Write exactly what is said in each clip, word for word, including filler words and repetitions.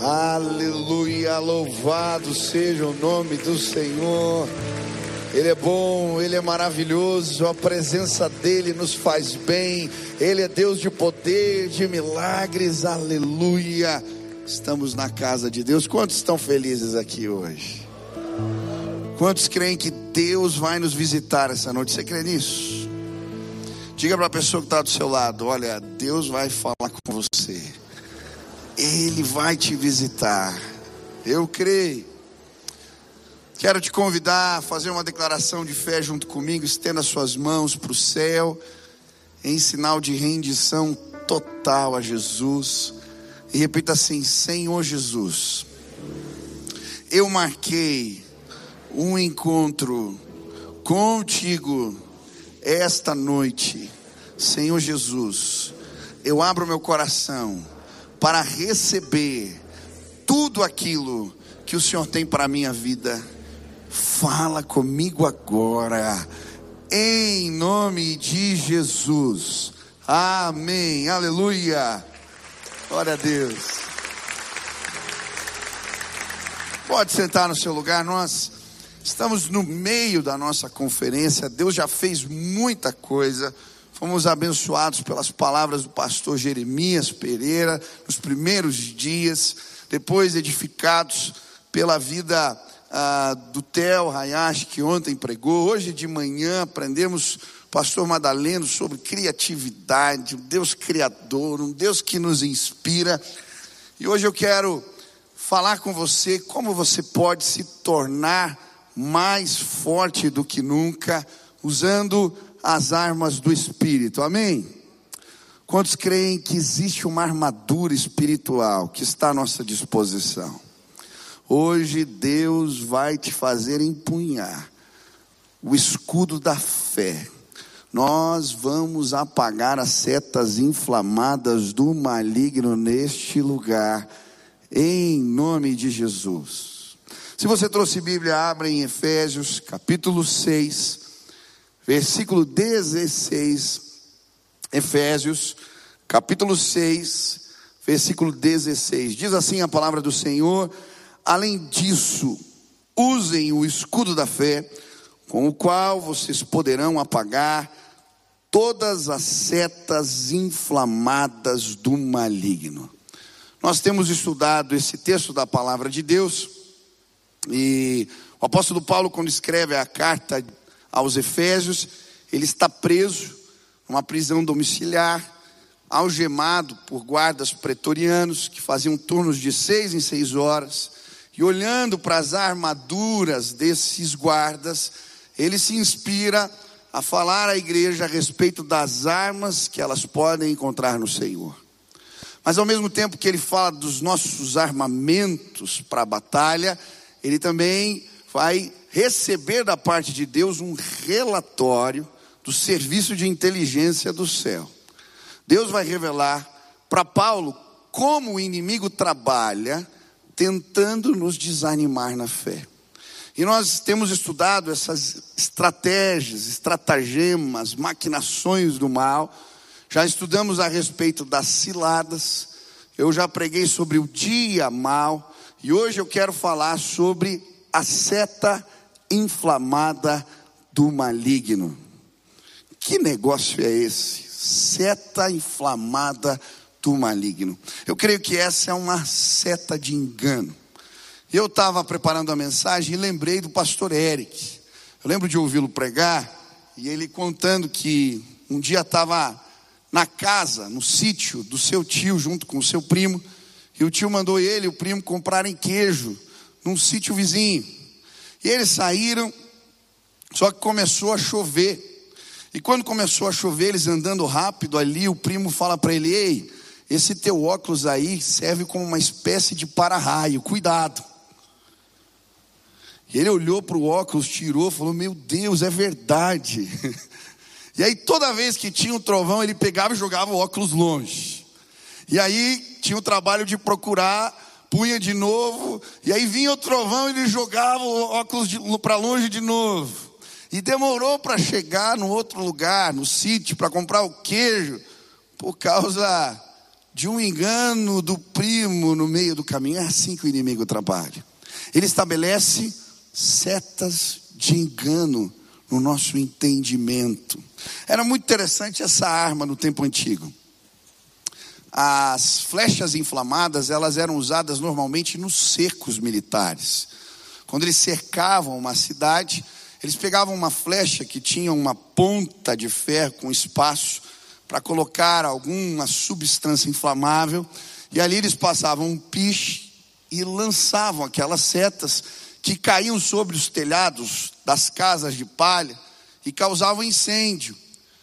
Aleluia, louvado seja o nome do Senhor. Ele é bom, Ele é maravilhoso, a presença dEle nos faz bem. Ele é Deus de poder, de milagres, aleluia. Estamos na casa de Deus. Quantos estão felizes aqui hoje? Quantos creem que Deus vai nos visitar essa noite? Você crê nisso? Diga para a pessoa que está do seu lado: olha, Deus vai falar com você, Ele vai te visitar. Eu creio. Quero te convidar a fazer uma declaração de fé junto comigo. Estenda suas mãos para o céu, em sinal de rendição total a Jesus. E repita assim: Senhor Jesus, eu marquei um encontro contigo esta noite. Senhor Jesus, eu abro meu coração para receber tudo aquilo que o Senhor tem para a minha vida. Fala comigo agora, em nome de Jesus. Amém, aleluia. Glória a Deus. Pode sentar no seu lugar. Nós estamos no meio da nossa conferência. Deus já fez muita coisa. Fomos abençoados pelas palavras do pastor Jeremias Pereira nos primeiros dias. Depois edificados pela vida ah, do Theo Hayashi, que ontem pregou. Hoje de manhã aprendemos pastor Madaleno sobre criatividade, um Deus criador, um Deus que nos inspira. E hoje eu quero falar com você como você pode se tornar mais forte do que nunca, usando as armas do Espírito. Amém? Quantos creem que existe uma armadura espiritual que está à nossa disposição? Hoje Deus vai te fazer empunhar o escudo da fé. Nós vamos apagar as setas inflamadas do maligno neste lugar, em nome de Jesus. Se você trouxe Bíblia, abra em Efésios capítulo seis, versículo dezesseis. Efésios capítulo seis, versículo dezesseis. Diz assim a palavra do Senhor: além disso, usem o escudo da fé, com o qual vocês poderão apagar todas as setas inflamadas do maligno. Nós temos estudado esse texto da palavra de Deus, e o apóstolo Paulo, quando escreve a carta aos Efésios, ele está preso numa prisão domiciliar, algemado por guardas pretorianos que faziam turnos de seis em seis horas, e olhando para as armaduras desses guardas, ele se inspira a falar à igreja a respeito das armas que elas podem encontrar no Senhor. Mas ao mesmo tempo que ele fala dos nossos armamentos para a batalha, ele também vai receber da parte de Deus um relatório do serviço de inteligência do céu. Deus vai revelar para Paulo como o inimigo trabalha tentando nos desanimar na fé. E nós temos estudado essas estratégias, estratagemas, maquinações do mal. Já estudamos a respeito das ciladas. Eu já preguei sobre o dia mal. E hoje eu quero falar sobre a seta inflamada do maligno. Que negócio é esse? Seta inflamada do maligno. Eu creio que essa é uma seta de engano. Eu estava preparando a mensagem e lembrei do pastor Eric. Eu lembro de ouvi-lo pregar e ele contando que um dia estava na casa, no sítio do seu tio junto com o seu primo, e o tio mandou ele e o primo comprarem queijo num sítio vizinho. E eles saíram, só que começou a chover. E quando começou a chover, eles andando rápido ali, o primo fala para ele: ei, esse teu óculos aí serve como uma espécie de para-raio, cuidado. E ele olhou para o óculos, tirou, falou: meu Deus, é verdade. E aí toda vez que tinha um trovão, ele pegava e jogava o óculos longe. E aí tinha o trabalho de procurar, punha de novo, e aí vinha o trovão e ele jogava o óculos para longe de novo. E demorou para chegar no outro lugar, no sítio, para comprar o queijo, por causa de um engano do primo no meio do caminho. É assim que o inimigo trabalha. Ele estabelece setas de engano no nosso entendimento. Era muito interessante essa arma no tempo antigo. As flechas inflamadas, elas eram usadas normalmente nos cercos militares. Quando eles cercavam uma cidade, eles pegavam uma flecha que tinha uma ponta de ferro com espaço para colocar alguma substância inflamável, e ali eles passavam um piche e lançavam aquelas setas que caíam sobre os telhados das casas de palha e causavam incêndio.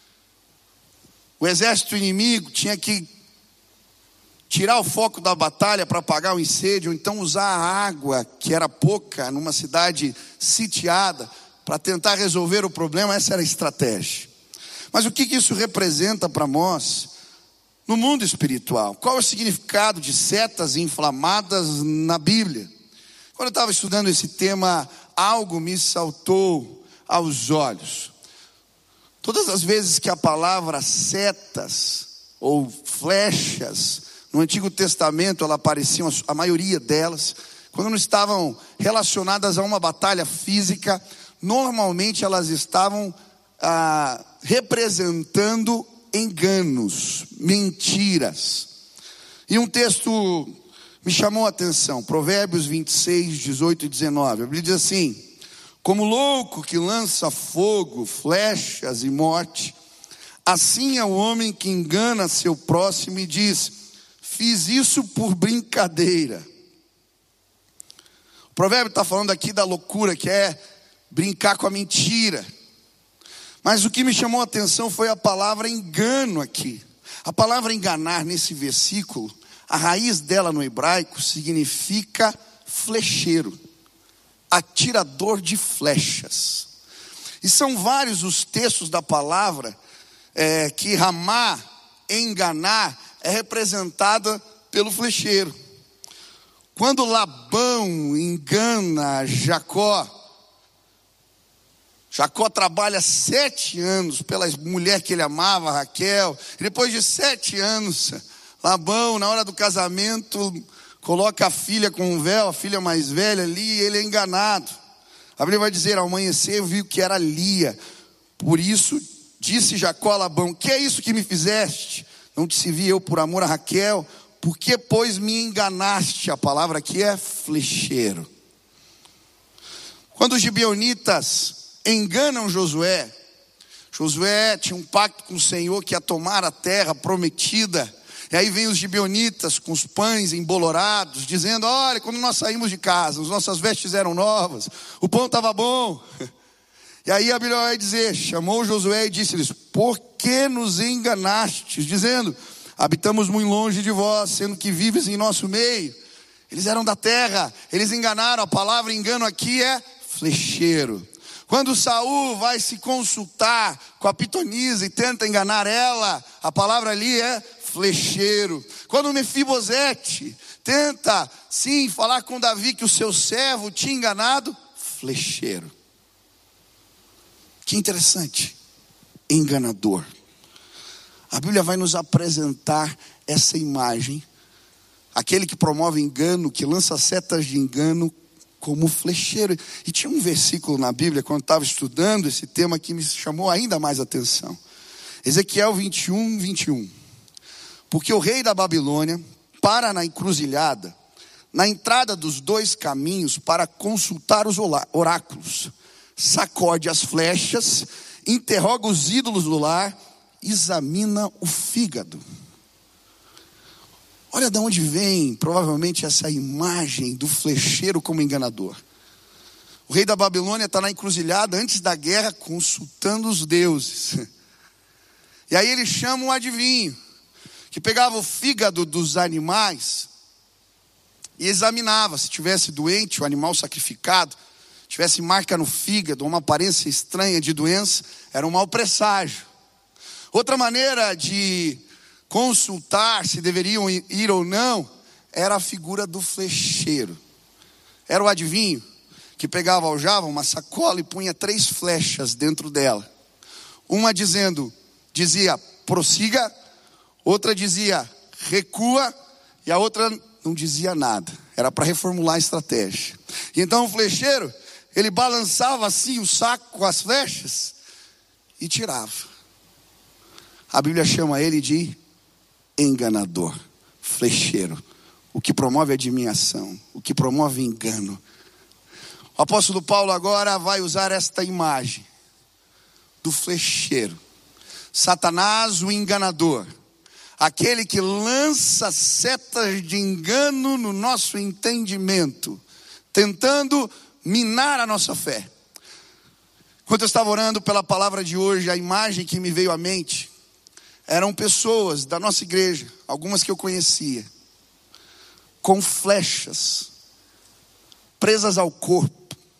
O exército inimigo tinha que tirar o foco da batalha para apagar o incêndio, ou então usar a água, que era pouca, numa cidade sitiada, para tentar resolver o problema. Essa era a estratégia. Mas o que isso representa para nós no mundo espiritual? Qual é o significado de setas inflamadas na Bíblia? Quando eu estava estudando esse tema, algo me saltou aos olhos. Todas as vezes que a palavra setas ou flechas no Antigo Testamento, ela apareciam, a maioria delas, quando não estavam relacionadas a uma batalha física, normalmente elas estavam ah, representando enganos, mentiras. E um texto me chamou a atenção, Provérbios vinte e seis, dezoito e dezenove. A Bíblia diz assim: como louco que lança fogo, flechas e morte, assim é o homem que engana seu próximo e diz: fiz isso por brincadeira. O provérbio está falando aqui da loucura, que é brincar com a mentira. Mas o que me chamou a atenção foi a palavra engano aqui. A palavra enganar nesse versículo, a raiz dela no hebraico significa flecheiro, atirador de flechas. E são vários os textos da palavra é, que ramar, enganar, é representada pelo flecheiro. Quando Labão engana Jacó, Jacó trabalha sete anos pela mulher que ele amava, Raquel. E depois de sete anos, Labão, na hora do casamento, coloca a filha com um véu, a filha mais velha ali, e ele é enganado. A Bíblia vai dizer: ao amanhecer viu que era Lia. Por isso disse Jacó a Labão: que é isso que me fizeste? Não te servi eu por amor a Raquel? Por que, pois, me enganaste? A palavra aqui é flecheiro. Quando os gibeonitas enganam Josué, Josué tinha um pacto com o Senhor que ia tomar a terra prometida. E aí vem os gibeonitas com os pães embolorados, dizendo: olha, quando nós saímos de casa, as nossas vestes eram novas, o pão estava bom. E aí a Bíblia vai dizer: chamou Josué e disse-lhes: por que nos enganastes? Dizendo: habitamos muito longe de vós, sendo que vives em nosso meio. Eles eram da terra, eles enganaram. A palavra engano aqui é flecheiro. Quando Saul vai se consultar com a pitonisa e tenta enganar ela, a palavra ali é flecheiro. Quando Mefibosete tenta sim falar com Davi que o seu servo tinha enganado, flecheiro. Que interessante, enganador. A Bíblia vai nos apresentar essa imagem, aquele que promove engano, que lança setas de engano como flecheiro. E tinha um versículo na Bíblia, quando eu estava estudando esse tema, que me chamou ainda mais atenção. Ezequiel vinte e um, vinte e um. Porque o rei da Babilônia para na encruzilhada, na entrada dos dois caminhos, para consultar os oráculos. Sacode as flechas, interroga os ídolos do lar, examina o fígado. Olha de onde vem provavelmente essa imagem do flecheiro como enganador. O rei da Babilônia está na encruzilhada antes da guerra, consultando os deuses. E aí ele chama um adivinho, que pegava o fígado dos animais e examinava. Se tivesse doente, o animal sacrificado, tivesse marca no fígado, uma aparência estranha de doença, era um mau presságio. Outra maneira de consultar se deveriam ir ou não, era a figura do flecheiro. Era o adivinho que pegava, aljava uma sacola e punha três flechas dentro dela. Uma dizendo, dizia prossiga, outra dizia recua, e a outra não dizia nada. Era para reformular a estratégia. E então o flecheiro, ele balançava assim o saco com as flechas e tirava. A Bíblia chama ele de enganador, flecheiro, o que promove admiração, o que promove engano. O apóstolo Paulo agora vai usar esta imagem do flecheiro. Satanás, o enganador, aquele que lança setas de engano no nosso entendimento, tentando minar a nossa fé. Enquanto eu estava orando pela palavra de hoje, a imagem que me veio à mente eram pessoas da nossa igreja, algumas que eu conhecia, com flechas presas ao corpo.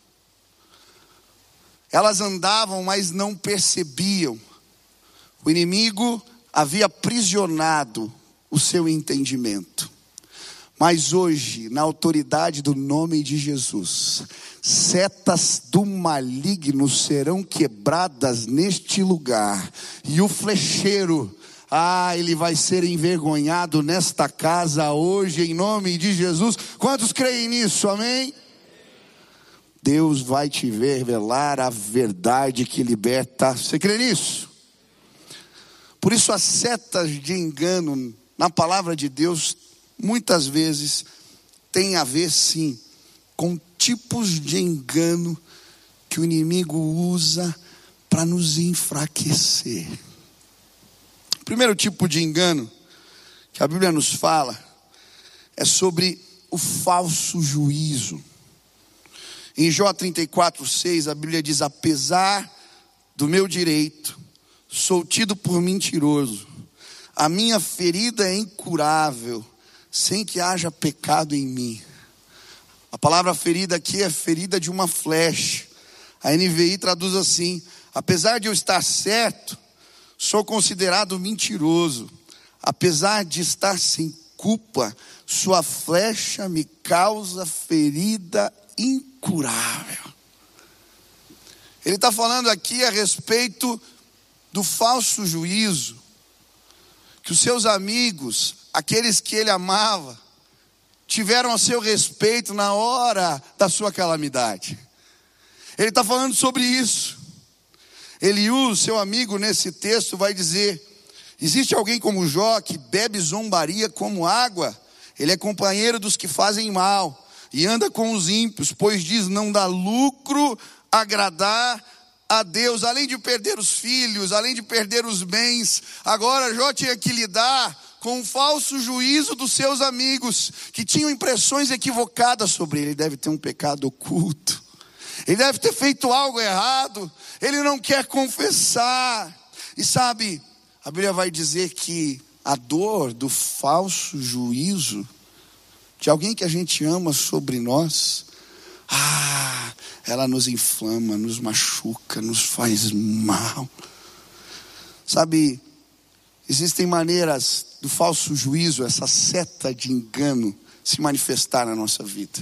Elas andavam, mas não percebiam. O inimigo havia aprisionado o seu entendimento. Mas hoje, na autoridade do nome de Jesus, setas do maligno serão quebradas neste lugar. E o flecheiro, ah, ele vai ser envergonhado nesta casa hoje, em nome de Jesus. Quantos creem nisso? Amém? Deus vai te revelar a verdade que liberta. Você crê nisso? Por isso as setas de engano na palavra de Deus muitas vezes tem a ver sim com tipos de engano que o inimigo usa para nos enfraquecer. O primeiro tipo de engano que a Bíblia nos fala é sobre o falso juízo. Em Jó trinta e quatro, seis, a Bíblia diz: apesar do meu direito, sou tido por mentiroso. A minha ferida é incurável, sem que haja pecado em mim. A palavra ferida aqui é ferida de uma flecha. A N V I traduz assim: apesar de eu estar certo, sou considerado mentiroso. Apesar de estar sem culpa, sua flecha me causa ferida incurável. Ele está falando aqui a respeito do falso juízo que os seus amigos, aqueles que ele amava, tiveram a seu respeito na hora da sua calamidade. Ele está falando sobre isso. Eliú, seu amigo, nesse texto vai dizer: existe alguém como Jó que bebe zombaria como água? Ele é companheiro dos que fazem mal e anda com os ímpios, pois diz: não dá lucro agradar a Deus. Além de perder os filhos, além de perder os bens, agora Jó tinha que lidar com o falso juízo dos seus amigos, que tinham impressões equivocadas sobre ele. Ele deve ter um pecado oculto, ele deve ter feito algo errado, ele não quer confessar. E sabe, a Bíblia vai dizer que a dor do falso juízo de alguém que a gente ama sobre nós, ah, ela nos inflama, nos machuca, nos faz mal. Sabe, existem maneiras do falso juízo, essa seta de engano, se manifestar na nossa vida.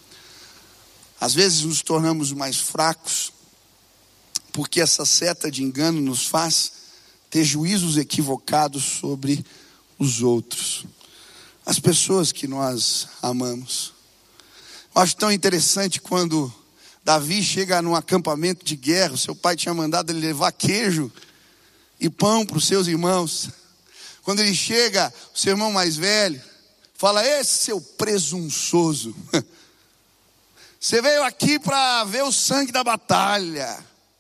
Às vezes nos tornamos mais fracos, porque essa seta de engano nos faz ter juízos equivocados sobre os outros, as pessoas que nós amamos. Eu acho tão interessante quando Davi chega num acampamento de guerra. O seu pai tinha mandado ele levar queijo e pão para os seus irmãos. Quando ele chega, o seu irmão mais velho fala: esse seu presunçoso, você veio aqui para ver o sangue da batalha.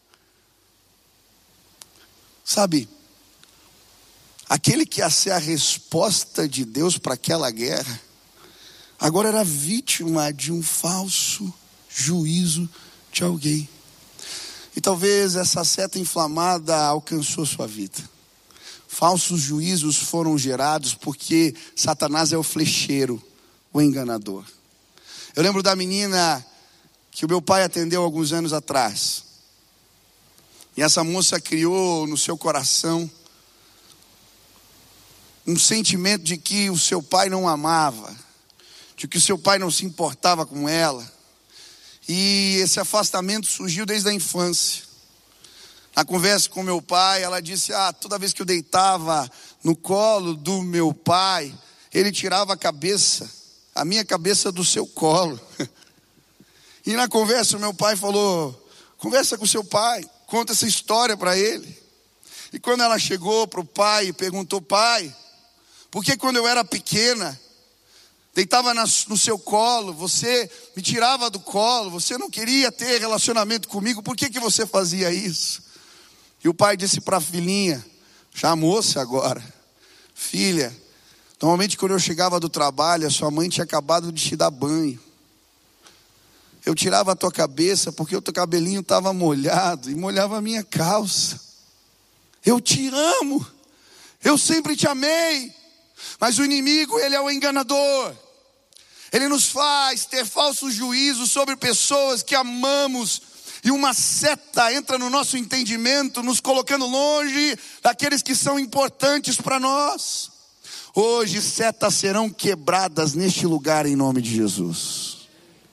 Sabe, aquele que ia ser a resposta de Deus para aquela guerra, agora era vítima de um falso juízo de alguém. E talvez essa seta inflamada alcançou sua vida. Falsos juízos foram gerados porque Satanás é o flecheiro, o enganador. Eu lembro da menina que o meu pai atendeu alguns anos atrás. E essa moça criou no seu coração um sentimento de que o seu pai não amava, de que o seu pai não se importava com ela. E esse afastamento surgiu desde a infância. Na conversa com meu pai, ela disse, ah, toda vez que eu deitava no colo do meu pai, ele tirava a cabeça, a minha cabeça do seu colo. E na conversa, meu pai falou, conversa com seu pai, conta essa história para ele. E quando ela chegou para o pai e perguntou, pai, por que quando eu era pequena, deitava no seu colo, você me tirava do colo, você não queria ter relacionamento comigo, por que que você fazia isso? E o pai disse para a filhinha, já moça agora, filha, normalmente quando eu chegava do trabalho, a sua mãe tinha acabado de te dar banho. Eu tirava a tua cabeça porque o teu cabelinho estava molhado e molhava a minha calça. Eu te amo, eu sempre te amei, mas o inimigo, ele é o enganador. Ele nos faz ter falsos juízos sobre pessoas que amamos, e uma seta entra no nosso entendimento, nos colocando longe daqueles que são importantes para nós. Hoje setas serão quebradas neste lugar em nome de Jesus.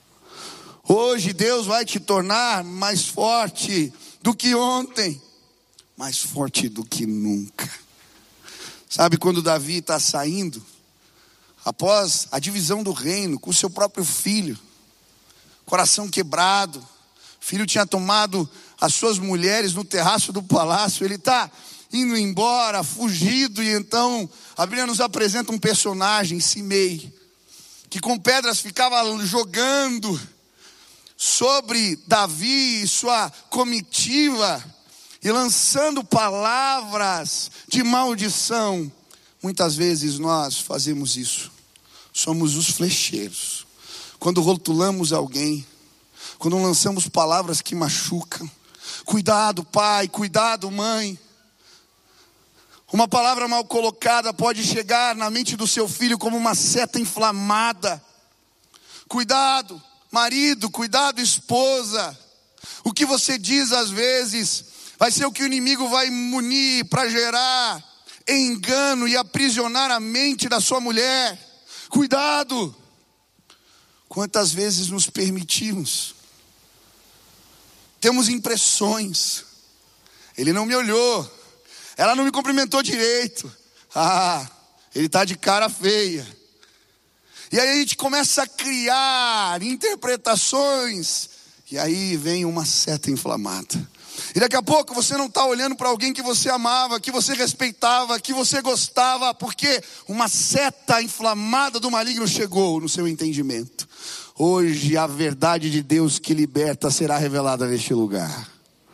Hoje Deus vai te tornar mais forte do que ontem, mais forte do que nunca. Sabe quando Davi está saindo, após a divisão do reino, com seu próprio filho, coração quebrado, filho tinha tomado as suas mulheres no terraço do palácio, ele está indo embora, fugido, e então a Bíblia nos apresenta um personagem, Simei, que com pedras ficava jogando sobre Davi e sua comitiva, e lançando palavras de maldição. Muitas vezes nós fazemos isso, somos os flecheiros, quando rotulamos alguém, quando lançamos palavras que machucam. Cuidado, pai, cuidado, mãe. Uma palavra mal colocada pode chegar na mente do seu filho como uma seta inflamada. Cuidado, marido, cuidado, esposa. O que você diz às vezes vai ser o que o inimigo vai munir para gerar engano e aprisionar a mente da sua mulher. Cuidado. Quantas vezes nos permitimos? Temos impressões. Ele não me olhou, ela não me cumprimentou direito. Ah, ele está de cara feia. E aí a gente começa a criar interpretações, e aí vem uma seta inflamada. E daqui a pouco você não está olhando para alguém que você amava, que você respeitava, que você gostava, porque uma seta inflamada do maligno chegou no seu entendimento. Hoje a verdade de Deus que liberta será revelada neste lugar.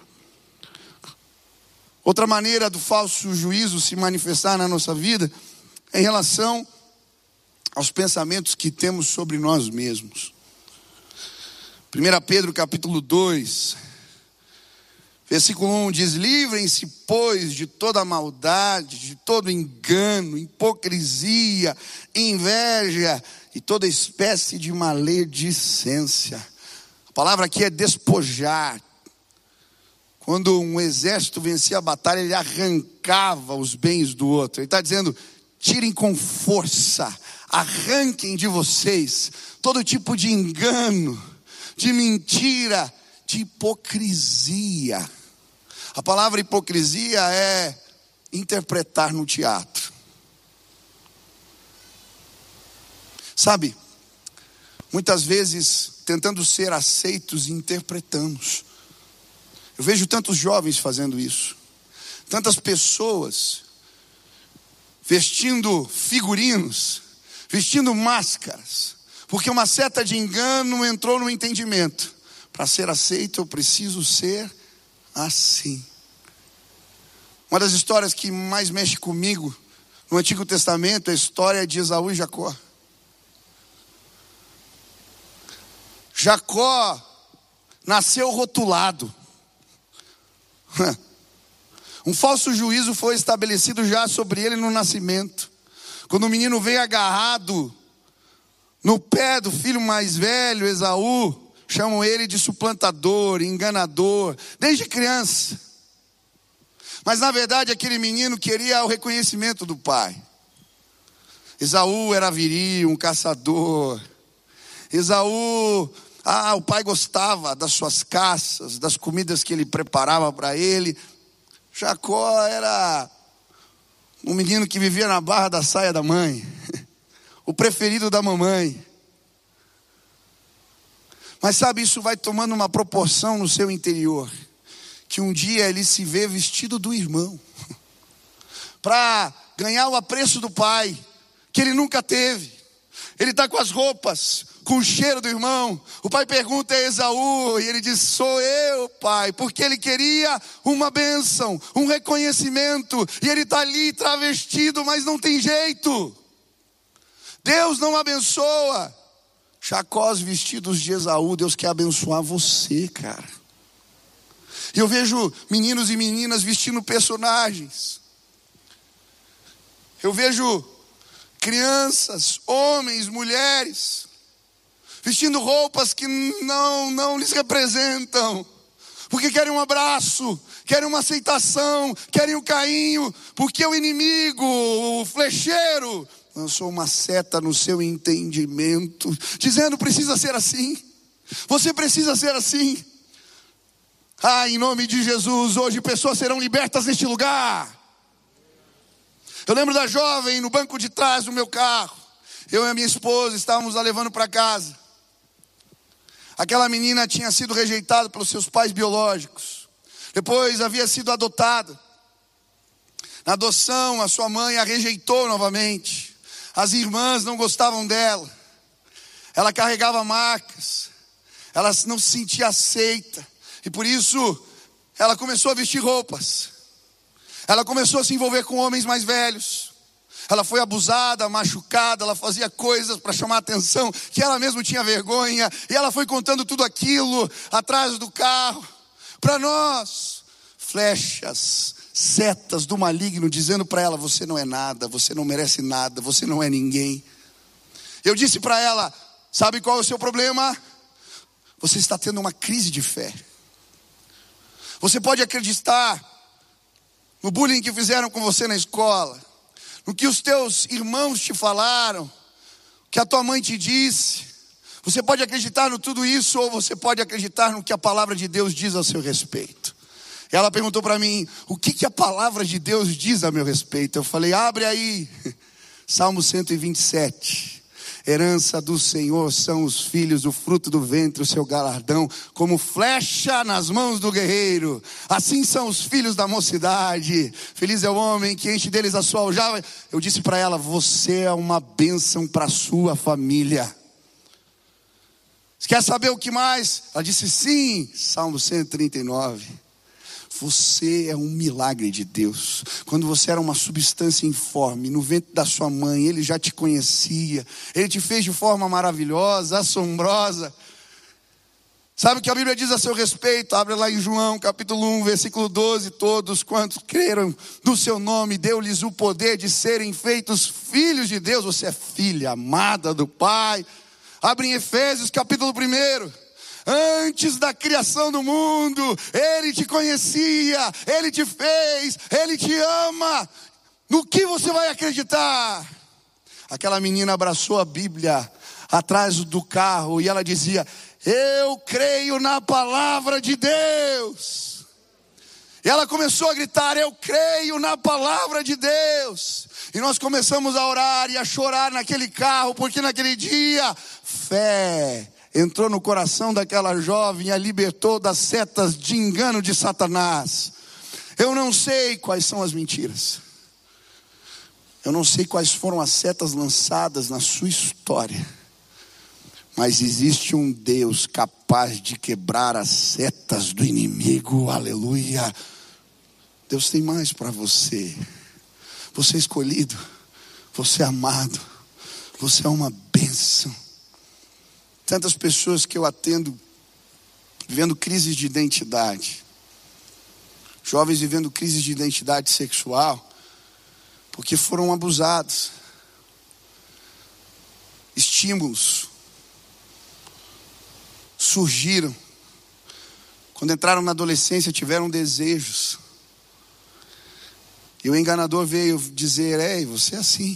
Outra maneira do falso juízo se manifestar na nossa vida é em relação aos pensamentos que temos sobre nós mesmos. primeira Pedro capítulo dois, versículo um diz: livrem-se, pois, de toda maldade, de todo engano, hipocrisia, inveja e toda espécie de maledicência. A palavra aqui é despojar. Quando um exército vencia a batalha, ele arrancava os bens do outro. Ele está dizendo: tirem com força, arranquem de vocês todo tipo de engano, de mentira, de hipocrisia. A palavra hipocrisia é interpretar no teatro. Sabe, muitas vezes, tentando ser aceitos, interpretamos. Eu vejo tantos jovens fazendo isso. Tantas pessoas vestindo figurinos, vestindo máscaras, porque uma seta de engano entrou no entendimento. Para ser aceito, eu preciso ser assim. Uma das histórias que mais mexe comigo no Antigo Testamento é a história de Esaú e Jacó. Jacó nasceu rotulado. Um falso juízo foi estabelecido já sobre ele no nascimento. Quando o menino veio agarrado no pé do filho mais velho, Esaú, chamam ele de suplantador, enganador, desde criança. Mas na verdade aquele menino queria o reconhecimento do pai. Esaú era viril, um caçador. Esaú, ah, o pai gostava das suas caças, das comidas que ele preparava para ele. Jacó era um menino que vivia na barra da saia da mãe, o preferido da mamãe. Mas sabe, isso vai tomando uma proporção no seu interior, que um dia ele se vê vestido do irmão, para ganhar o apreço do pai, que ele nunca teve. Ele está com as roupas, com o cheiro do irmão. O pai pergunta a Esaú, e ele diz: sou eu, pai, porque ele queria uma bênção, um reconhecimento, e ele está ali travestido, mas não tem jeito. Deus não abençoa Jacó os vestidos de Esaú. Deus quer abençoar você, cara. E eu vejo meninos e meninas vestindo personagens. Eu vejo crianças, homens, mulheres, vestindo roupas que não, não lhes representam, porque querem um abraço, querem uma aceitação, querem um carinho, porque o inimigo, o flecheiro, lançou uma seta no seu entendimento, dizendo: precisa ser assim, você precisa ser assim. Ah, em nome de Jesus, hoje pessoas serão libertas neste lugar. Eu lembro da jovem no banco de trás do meu carro. Eu e a minha esposa estávamos a levando para casa. Aquela menina tinha sido rejeitada pelos seus pais biológicos. Depois havia sido adotada. Na adoção, a sua mãe a rejeitou novamente. As irmãs não gostavam dela. Ela carregava marcas. Ela não se sentia aceita. E por isso, ela começou a vestir roupas. Ela começou a se envolver com homens mais velhos. Ela foi abusada, machucada. Ela fazia coisas para chamar a atenção, que ela mesma tinha vergonha. E ela foi contando tudo aquilo atrás do carro. Para nós, flechas, setas do maligno, dizendo para ela: você não é nada, você não merece nada, você não é ninguém. Eu disse para ela: sabe qual é o seu problema? Você está tendo uma crise de fé. Você pode acreditar no bullying que fizeram com você na escola, no que os teus irmãos te falaram, o que a tua mãe te disse. Você pode acreditar no tudo isso, ou você pode acreditar no que a palavra de Deus diz a seu respeito. E ela perguntou para mim: o que, que a palavra de Deus diz a meu respeito? Eu falei: abre aí, Salmo cento e vinte e sete. Herança do Senhor são os filhos, o fruto do ventre, o seu galardão, como flecha nas mãos do guerreiro. Assim são os filhos da mocidade. Feliz é o homem que enche deles a sua aljava. Eu disse para ela: você é uma bênção para a sua família. Você quer saber o que mais? Ela disse: sim, Salmo cento e trinta e nove. Você é um milagre de Deus. Quando você era uma substância informe, no ventre da sua mãe, Ele já te conhecia. Ele te fez de forma maravilhosa, assombrosa. Sabe o que a Bíblia diz a seu respeito? Abre lá em João capítulo um, versículo doze. Todos quantos creram no seu nome, deu-lhes o poder de serem feitos filhos de Deus. Você é filha amada do Pai. Abre em Efésios capítulo um. Antes da criação do mundo, Ele te conhecia, Ele te fez, Ele te ama. No que você vai acreditar? Aquela menina abraçou a Bíblia atrás do carro e ela dizia: eu creio na palavra de Deus. E ela começou a gritar: eu creio na palavra de Deus. E nós começamos a orar e a chorar naquele carro, porque naquele dia, fé entrou no coração daquela jovem e a libertou das setas de engano de Satanás. Eu não sei quais são as mentiras. Eu não sei quais foram as setas lançadas na sua história. Mas existe um Deus capaz de quebrar as setas do inimigo. Aleluia. Deus tem mais para você. Você é escolhido. Você é amado. Você é uma bênção. Tantas pessoas que eu atendo vivendo crises de identidade. Jovens vivendo crises de identidade sexual, porque foram abusados. Estímulos surgiram. Quando entraram na adolescência, tiveram desejos. E o enganador veio dizer: ei, você é assim.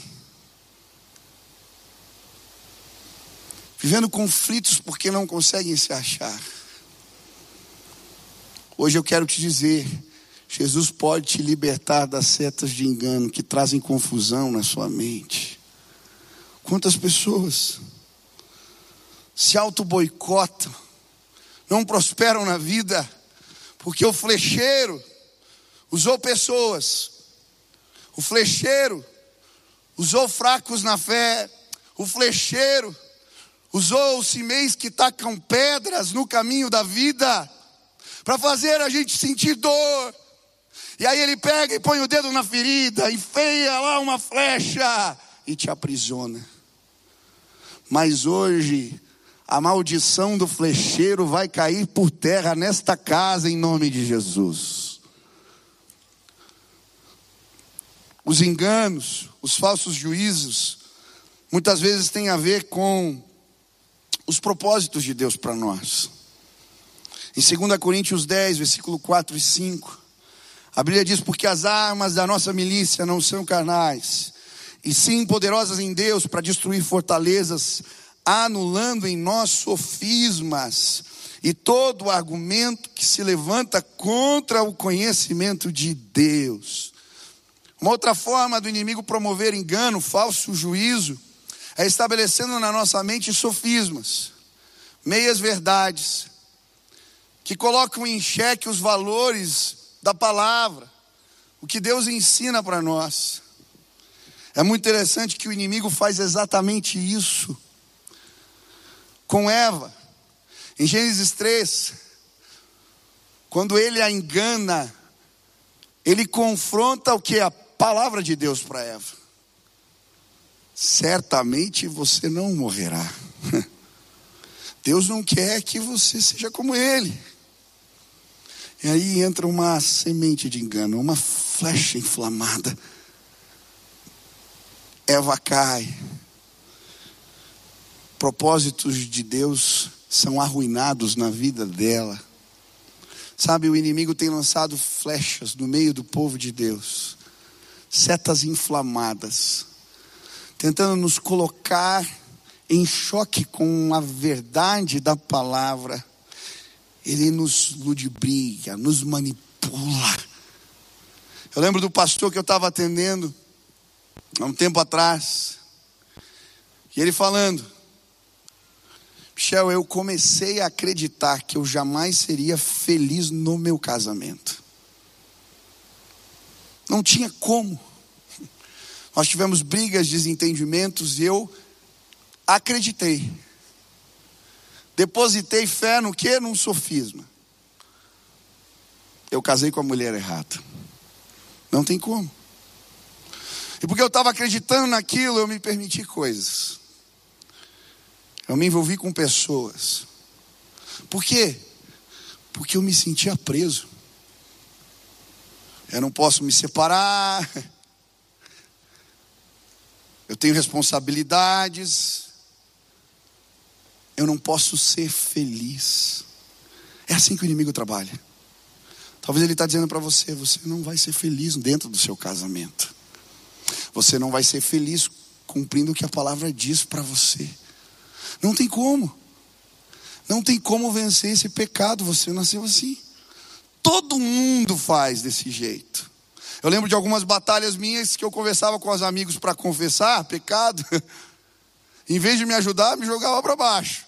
Vivendo conflitos porque não conseguem se achar. Hoje eu quero te dizer: Jesus pode te libertar das setas de engano que trazem confusão na sua mente. Quantas pessoas se auto-boicotam, não prosperam na vida, porque o flecheiro usou pessoas, o flecheiro usou fracos na fé, o flecheiro usou os cimeis que tacam pedras no caminho da vida, para fazer a gente sentir dor. E aí ele pega e põe o dedo na ferida, enfeia lá uma flecha e te aprisiona. Mas hoje a maldição do flecheiro vai cair por terra nesta casa em nome de Jesus. Os enganos, os falsos juízos, muitas vezes têm a ver com os propósitos de Deus para nós. Em segunda Coríntios dez, versículo quatro e cinco, a Bíblia diz: porque as armas da nossa milícia não são carnais, e sim poderosas em Deus para destruir fortalezas, anulando em nós sofismas e todo argumento que se levanta contra o conhecimento de Deus. Uma outra forma do inimigo promover engano, falso juízo, é estabelecendo na nossa mente sofismas, meias verdades, que colocam em xeque os valores da palavra, o que Deus ensina para nós. É muito interessante que o inimigo faz exatamente isso com Eva. Em Gênesis três, quando ele a engana, ele confronta o que? A palavra de Deus para Eva. Certamente você não morrerá. Deus não quer que você seja como ele. E aí entra uma semente de engano, uma flecha inflamada. Eva cai. Propósitos de Deus são arruinados na vida dela. Sabe, o inimigo tem lançado flechas no meio do povo de Deus, setas inflamadas, tentando nos colocar em choque com a verdade da palavra. Ele nos ludibria, nos manipula. Eu lembro do pastor que eu estava atendendo há um tempo atrás, e ele falando: Michel, eu comecei a acreditar que eu jamais seria feliz no meu casamento. Não tinha como. Nós tivemos brigas, desentendimentos, e eu acreditei. Depositei fé no quê? Num sofisma. Eu casei com a mulher errada. Não tem como. E porque eu estava acreditando naquilo, eu me permiti coisas. Eu me envolvi com pessoas. Por quê? Porque eu me sentia preso. Eu não posso me separar. Eu tenho responsabilidades. Eu não posso ser feliz. É assim que o inimigo trabalha. Talvez ele está dizendo para você: você não vai ser feliz dentro do seu casamento. Você não vai ser feliz cumprindo o que a palavra diz para você. Não tem como. Não tem como vencer esse pecado. Você nasceu assim. Todo mundo faz desse jeito. Eu lembro de algumas batalhas minhas que eu conversava com os amigos para confessar pecado. Em vez de me ajudar, me jogava para baixo.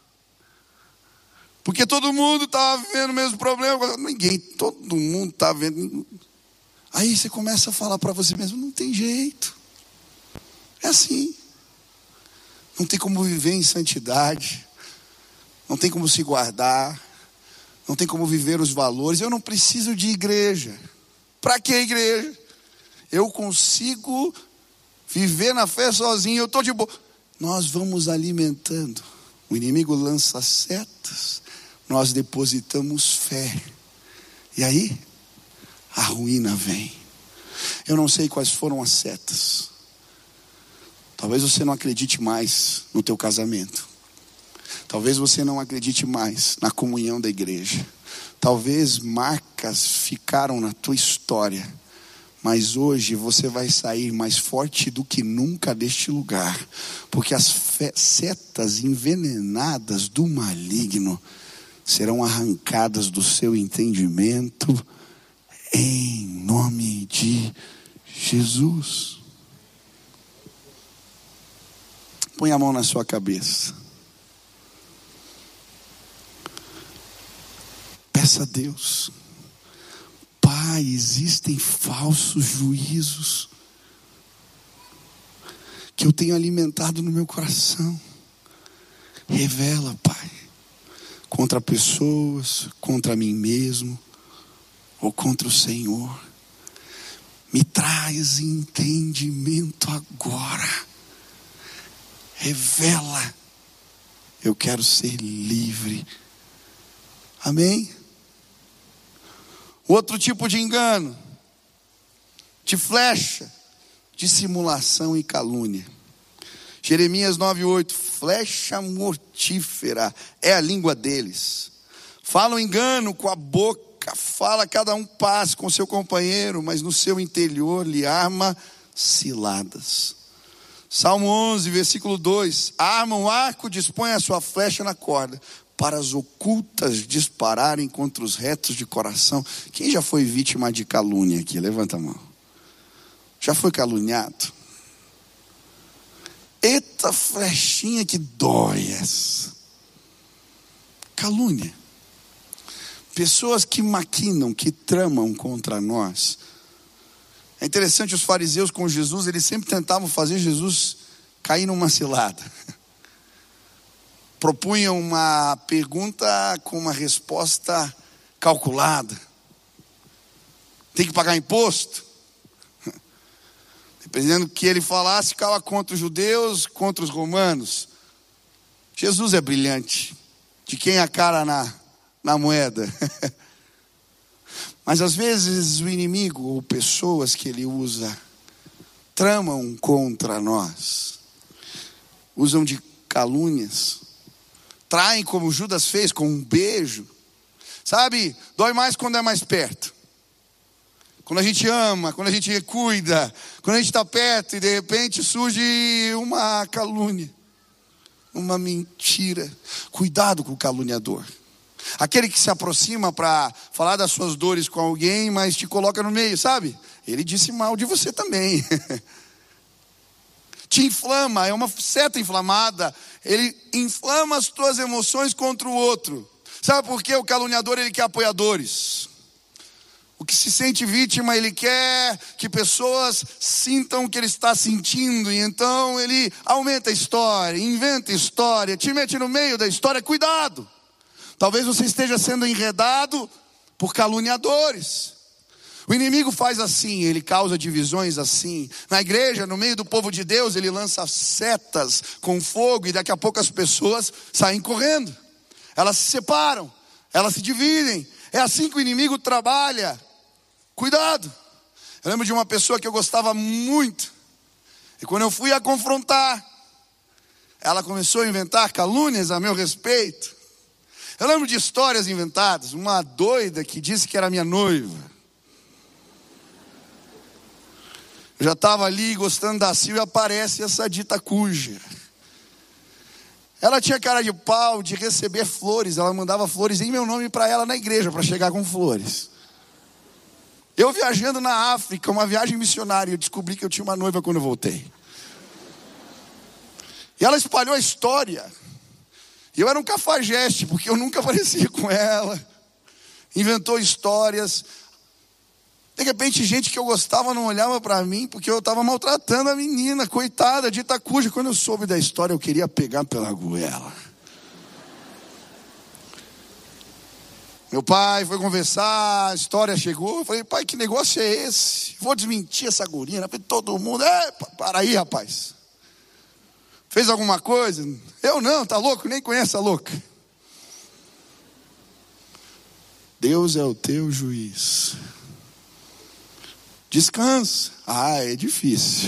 Porque todo mundo estava vivendo o mesmo problema. Ninguém, todo mundo estava vendo. Aí você começa a falar para você mesmo: não tem jeito. É assim. Não tem como viver em santidade. Não tem como se guardar. Não tem como viver os valores. Eu não preciso de igreja. Para que igreja? Eu consigo viver na fé sozinho. Eu estou de boa. Nós vamos alimentando. O inimigo lança setas. Nós depositamos fé. E aí, a ruína vem. Eu não sei quais foram as setas. Talvez você não acredite mais no teu casamento. Talvez você não acredite mais na comunhão da igreja. Talvez marcas ficaram na tua história. Mas hoje você vai sair mais forte do que nunca deste lugar. Porque as fe- setas envenenadas do maligno serão arrancadas do seu entendimento em nome de Jesus. Põe a mão na sua cabeça. Peça a Deus. Pai, existem falsos juízos que eu tenho alimentado no meu coração. Revela, Pai, contra pessoas, contra mim mesmo, ou contra o Senhor. Me traz entendimento agora. Revela. Eu quero ser livre. Amém? Outro tipo de engano, de flecha, dissimulação e calúnia. Jeremias nove, oito. Flecha mortífera é a língua deles. Falam engano com a boca, fala cada um paz com seu companheiro, mas no seu interior lhe arma ciladas. Salmo onze, versículo dois. Arma o arco, dispõe a sua flecha na corda, para as ocultas dispararem contra os retos de coração. Quem já foi vítima de calúnia aqui? Levanta a mão. Já foi caluniado? Eita flechinha que dói essa. Calúnia. Pessoas que maquinam, que tramam contra nós. É interessante, os fariseus com Jesus, eles sempre tentavam fazer Jesus cair numa cilada. Propunham uma pergunta com uma resposta calculada. Tem que pagar imposto? Dependendo do que ele falasse, ficava contra os judeus, contra os romanos. Jesus é brilhante. De quem a cara na, na moeda. Mas às vezes o inimigo, ou pessoas que ele usa, tramam contra nós. Usam de calúnias. Traem como Judas fez, com um beijo. Sabe, dói mais quando é mais perto. Quando a gente ama, quando a gente cuida, quando a gente está perto e de repente surge uma calúnia, uma mentira. Cuidado com o caluniador. Aquele que se aproxima para falar das suas dores com alguém, mas te coloca no meio, sabe? Ele disse mal de você também. Te inflama, é uma seta inflamada. Ele inflama as tuas emoções contra o outro. Sabe por quê? O caluniador, ele quer apoiadores. O que se sente vítima, ele quer que pessoas sintam o que ele está sentindo. E então ele aumenta a história, inventa a história, te mete no meio da história. Cuidado. Talvez você esteja sendo enredado por caluniadores. O inimigo faz assim, ele causa divisões assim. Na igreja, no meio do povo de Deus, ele lança setas com fogo e daqui a pouco as pessoas saem correndo. Elas se separam, elas se dividem. É assim que o inimigo trabalha. Cuidado. Eu lembro de uma pessoa que eu gostava muito. E quando eu fui a confrontar, ela começou a inventar calúnias a meu respeito. Eu lembro de histórias inventadas. Uma doida que disse que era minha noiva. Eu já estava ali gostando da Sil e aparece essa dita cuja. Ela tinha cara de pau de receber flores. Ela mandava flores em meu nome para ela na igreja, para chegar com flores. Eu viajando na África, uma viagem missionária, eu descobri que eu tinha uma noiva quando eu voltei. E ela espalhou a história. E eu era um cafajeste, porque eu nunca aparecia com ela. Inventou histórias. De repente, gente que eu gostava não olhava para mim, porque eu estava maltratando a menina, coitada, de Itacuja. Quando eu soube da história, eu queria pegar pela goela. Meu pai foi conversar, a história chegou. Eu falei, pai, que negócio é esse? Vou desmentir essa guria na frente de todo mundo. É, para aí, rapaz. Fez alguma coisa? Eu não, tá louco? Nem conheço a louca. Deus é o teu juiz. Descansa. Ah, é difícil.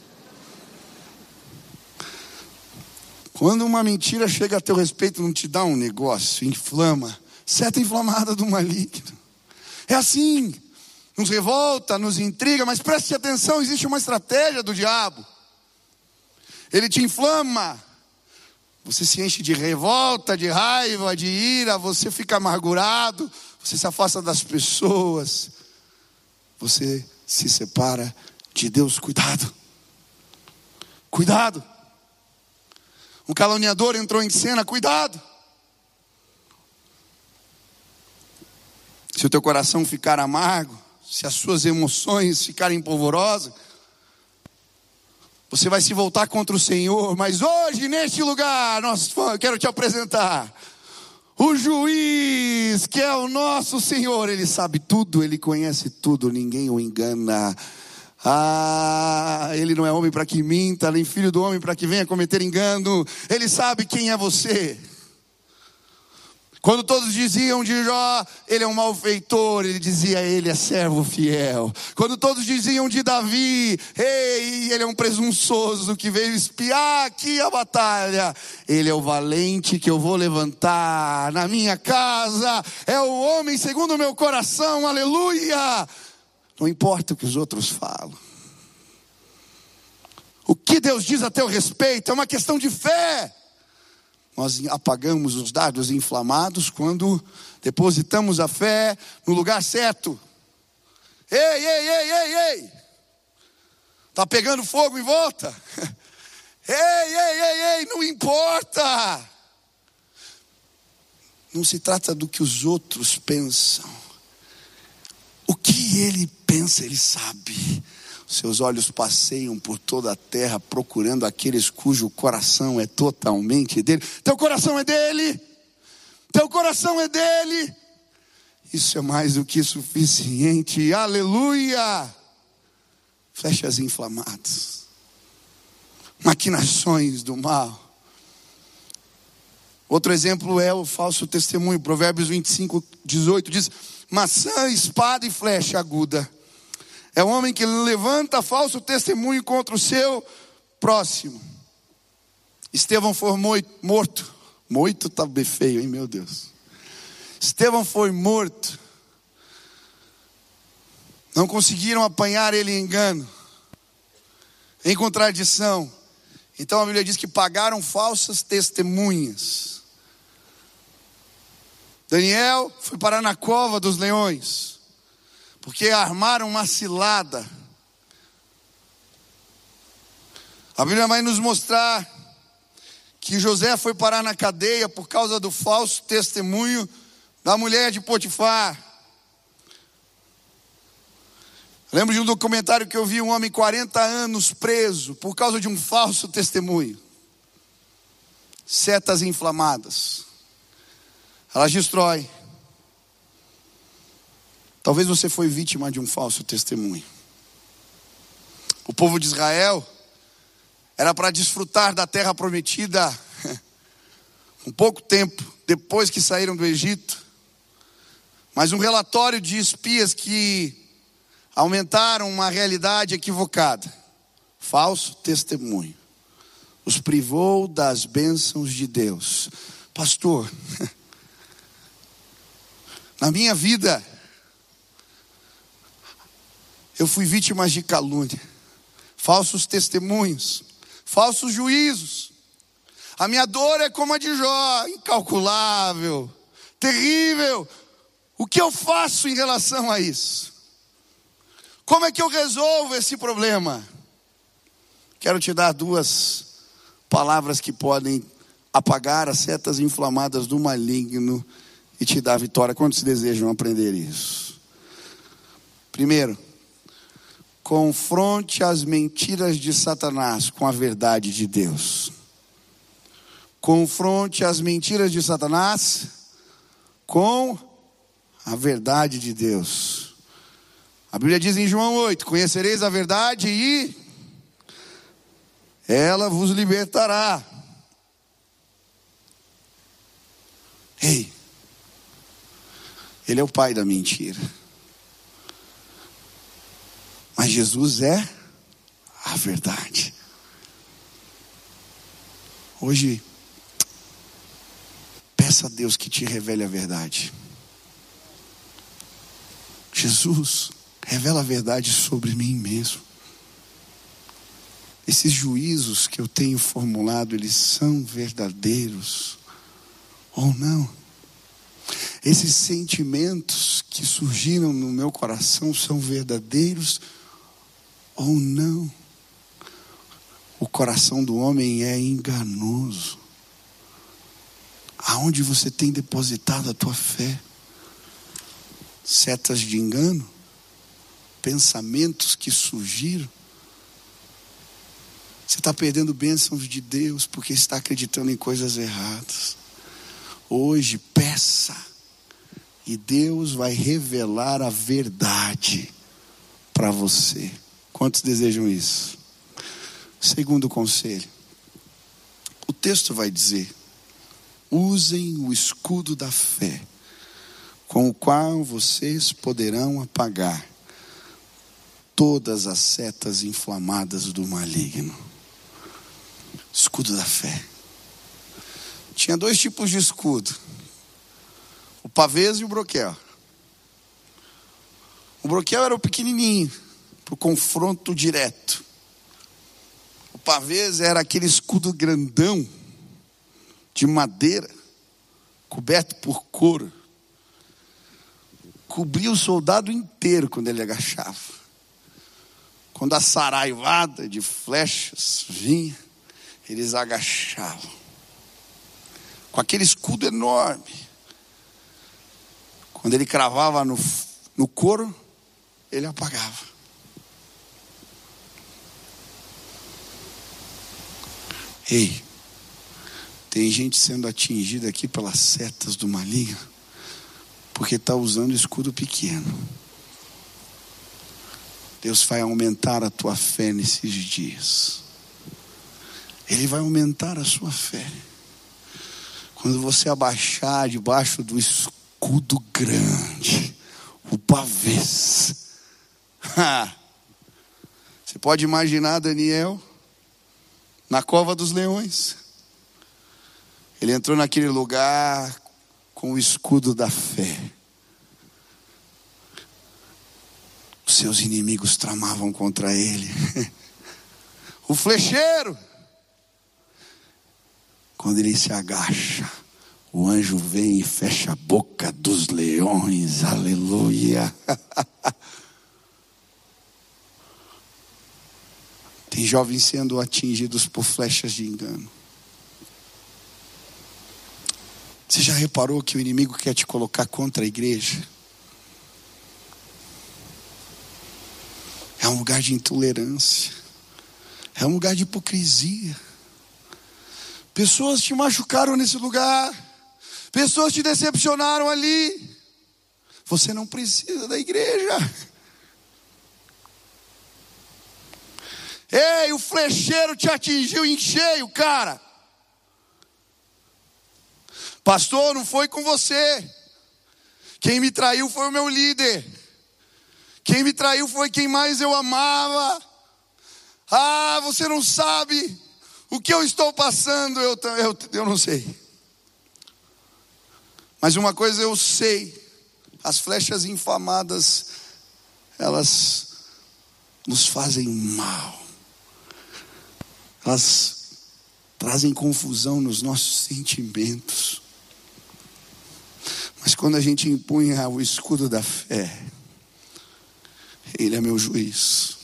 Quando uma mentira chega a teu respeito, não te dá um negócio, inflama. Seta inflamada do maligno. É assim. Nos revolta, nos intriga, mas preste atenção, existe uma estratégia do diabo. Ele te inflama. Você se enche de revolta, de raiva, de ira, você fica amargurado, você se afasta das pessoas. você se separa de Deus. Cuidado. Cuidado. Um caluniador entrou em cena. Cuidado. Se o teu coração ficar amargo, se as suas emoções ficarem polvorosas, você vai se voltar contra o Senhor. Mas hoje, neste lugar, nós, eu quero te apresentar o juiz, que é o nosso Senhor. Ele sabe tudo, ele conhece tudo, ninguém o engana. Ah, ele não é homem para que minta, nem filho do homem para que venha cometer engano. Ele sabe quem é você. Quando todos diziam de Jó, ele é um malfeitor, ele dizia, ele é servo fiel. Quando todos diziam de Davi, ei, ele é um presunçoso que veio espiar aqui a batalha. Ele é o valente que eu vou levantar na minha casa. É o homem segundo o meu coração, aleluia. Não importa o que os outros falam. O que Deus diz a teu respeito é uma questão de fé. Nós apagamos os dardos inflamados quando depositamos a fé no lugar certo. Ei, ei, ei, ei, ei. Está pegando fogo em volta? Ei, ei, ei, ei, não importa. Não se trata do que os outros pensam. O que ele pensa, ele sabe. Seus olhos passeiam por toda a terra procurando aqueles cujo coração é totalmente dele. Teu coração é dele. Teu coração é dele. Isso é mais do que suficiente. Aleluia. Flechas inflamadas. Maquinações do mal. Outro exemplo é o falso testemunho. Provérbios vinte e cinco, dezoito diz: maçã, espada e flecha aguda. É o homem que levanta falso testemunho contra o seu próximo. Estevão foi morto. Moito tá bem feio, hein, meu Deus. Estevão foi morto. Não conseguiram apanhar ele em engano, em contradição. Então a Bíblia diz que pagaram falsas testemunhas. Daniel foi parar na cova dos leões, porque armaram uma cilada. A Bíblia vai nos mostrar que José foi parar na cadeia por causa do falso testemunho da mulher de Potifar. Lembro de um documentário que eu vi, um homem quarenta anos preso por causa de um falso testemunho. Setas inflamadas. Elas destroem. Talvez você foi vítima de um falso testemunho. O povo de Israel era para desfrutar da terra prometida um pouco tempo depois que saíram do Egito. Mas um relatório de espias que aumentaram uma realidade equivocada. Falso testemunho. Os privou das bênçãos de Deus. Pastor, na minha vida, eu fui vítima de calúnia, falsos testemunhos, falsos juízos. A minha dor é como a de Jó, incalculável, terrível. O que eu faço em relação a isso? Como é que eu resolvo esse problema? Quero te dar duas palavras que podem apagar as setas inflamadas do maligno e te dar vitória. Quantos desejam aprender isso? Primeiro, confronte as mentiras de Satanás com a verdade de Deus. Confronte as mentiras de Satanás com a verdade de Deus. A Bíblia diz em João oito: conhecereis a verdade e ela vos libertará. Ei, ele é o pai da mentira. Mas Jesus é a verdade. Hoje, peça a Deus que te revele a verdade. Jesus, revela a verdade sobre mim mesmo. Esses juízos que eu tenho formulado, eles são verdadeiros ou não? Esses sentimentos que surgiram no meu coração são verdadeiros ou não? O coração do homem é enganoso. Aonde você tem depositado a tua fé? Setas de engano? Pensamentos que surgiram? Você está perdendo bênçãos de Deus porque está acreditando em coisas erradas. Hoje peça e Deus vai revelar a verdade para você. Quantos desejam isso? Segundo conselho, o texto vai dizer: usem o escudo da fé, com o qual vocês poderão apagar todas as setas inflamadas do maligno. Escudo da fé. Tinha dois tipos de escudo: o pavês e o broquel. O broquel era o pequenininho, para o confronto direto. O pavês era aquele escudo grandão, de madeira, coberto por couro. Cobria o soldado inteiro quando ele agachava. Quando a saraivada de flechas vinha, eles agachavam. Com aquele escudo enorme. Quando ele cravava no, no couro, ele apagava. Ei, tem gente sendo atingida aqui pelas setas do maligno, porque está usando escudo pequeno. Deus vai aumentar a tua fé nesses dias. Ele vai aumentar a sua fé. Quando você abaixar debaixo do escudo grande, o pavês. Você pode imaginar Daniel na cova dos leões. Ele entrou naquele lugar com o escudo da fé. Os seus inimigos tramavam contra ele. O flecheiro. Quando ele se agacha, o anjo vem e fecha a boca dos leões. Aleluia. Tem jovens sendo atingidos por flechas de engano. Você já reparou que o inimigo quer te colocar contra a igreja? É um lugar de intolerância. É um lugar de hipocrisia. Pessoas te machucaram nesse lugar. Pessoas te decepcionaram ali. Você não precisa da igreja. Ei, o flecheiro te atingiu em cheio, cara. Pastor, não foi com você. Quem me traiu foi o meu líder. Quem me traiu foi quem mais eu amava. Ah, você não sabe o que eu estou passando. Eu, eu, eu não sei. Mas uma coisa eu sei. As flechas inflamadas, elas nos fazem mal. Elas trazem confusão nos nossos sentimentos. Mas quando a gente empunha o escudo da fé, Ele é meu juiz.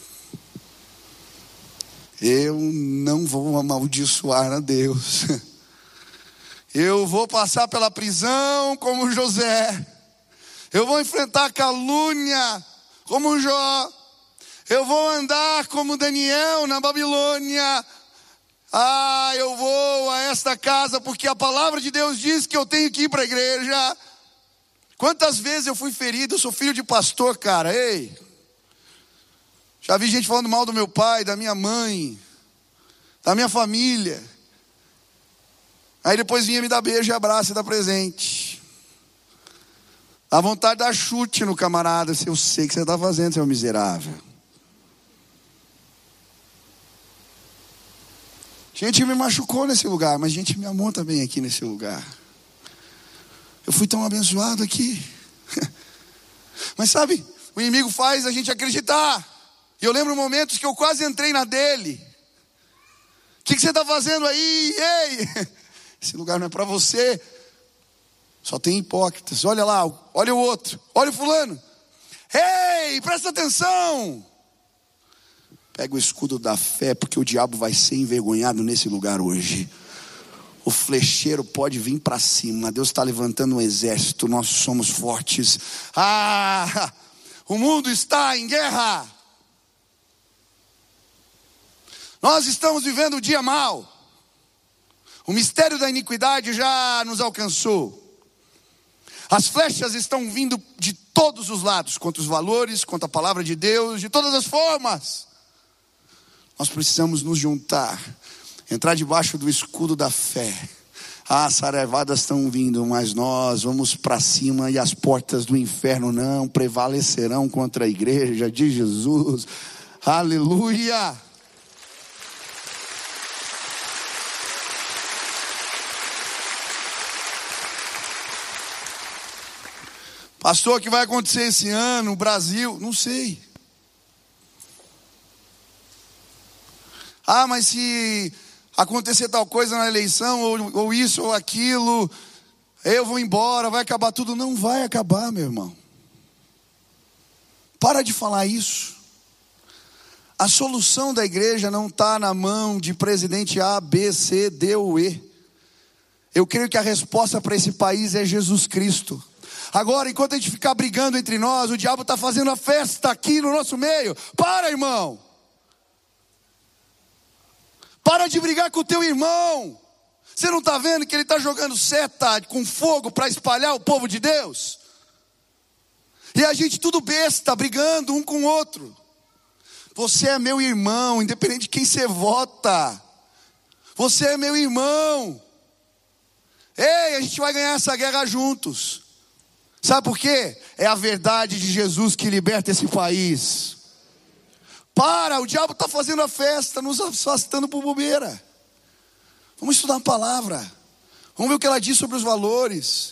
Eu não vou amaldiçoar a Deus. Eu vou passar pela prisão como José. Eu vou enfrentar a calúnia como Jó. Eu vou andar como Daniel na Babilônia. Ah, eu vou a esta casa porque a palavra de Deus diz que eu tenho que ir para a igreja. Quantas vezes eu fui ferido? Eu sou filho de pastor, cara. Ei, já vi gente falando mal do meu pai, da minha mãe, da minha família. Aí depois vinha me dar beijo e abraço e dar presente. Dá vontade de dar chute no camarada. Se eu sei o que você está fazendo, seu miserável. Gente me machucou nesse lugar, mas gente me amou também aqui nesse lugar. Eu fui tão abençoado aqui. Mas sabe, o inimigo faz a gente acreditar. E eu lembro momentos que eu quase entrei na dele. O que, que você está fazendo aí? Ei, esse lugar não é para você. Só tem hipócritas. Olha lá, olha o outro, olha o fulano. Ei, presta atenção. Pega o escudo da fé, porque o diabo vai ser envergonhado nesse lugar hoje. O flecheiro pode vir para cima. Deus está levantando um exército, nós somos fortes. Ah, o mundo está em guerra. Nós estamos vivendo o dia mau. O mistério da iniquidade já nos alcançou. As flechas estão vindo de todos os lados, contra os valores, contra a palavra de Deus, de todas as formas. Nós precisamos nos juntar, entrar debaixo do escudo da fé. Ah, as saraivas estão vindo, mas nós vamos para cima e as portas do inferno não prevalecerão contra a igreja de Jesus. Aleluia! Pastor, o que vai acontecer esse ano no Brasil? Não sei. Ah, mas se acontecer tal coisa na eleição, ou, ou isso ou aquilo, eu vou embora, vai acabar tudo. Não vai acabar, meu irmão. Para de falar isso. A solução da igreja não está na mão de presidente A, B, C, D ou E. Eu creio que a resposta para esse país é Jesus Cristo. Agora, enquanto a gente ficar brigando entre nós, o diabo está fazendo a festa aqui no nosso meio. Para, irmão. Para de brigar com o teu irmão. Você não está vendo que ele está jogando seta com fogo para espalhar o povo de Deus? E a gente tudo besta, brigando um com o outro. Você é meu irmão, independente de quem você vota. Você é meu irmão. Ei, a gente vai ganhar essa guerra juntos. Sabe por quê? É a verdade de Jesus que liberta esse país. Para, o diabo está fazendo a festa, nos afastando por bobeira. Vamos estudar a palavra. Vamos ver o que ela diz sobre os valores.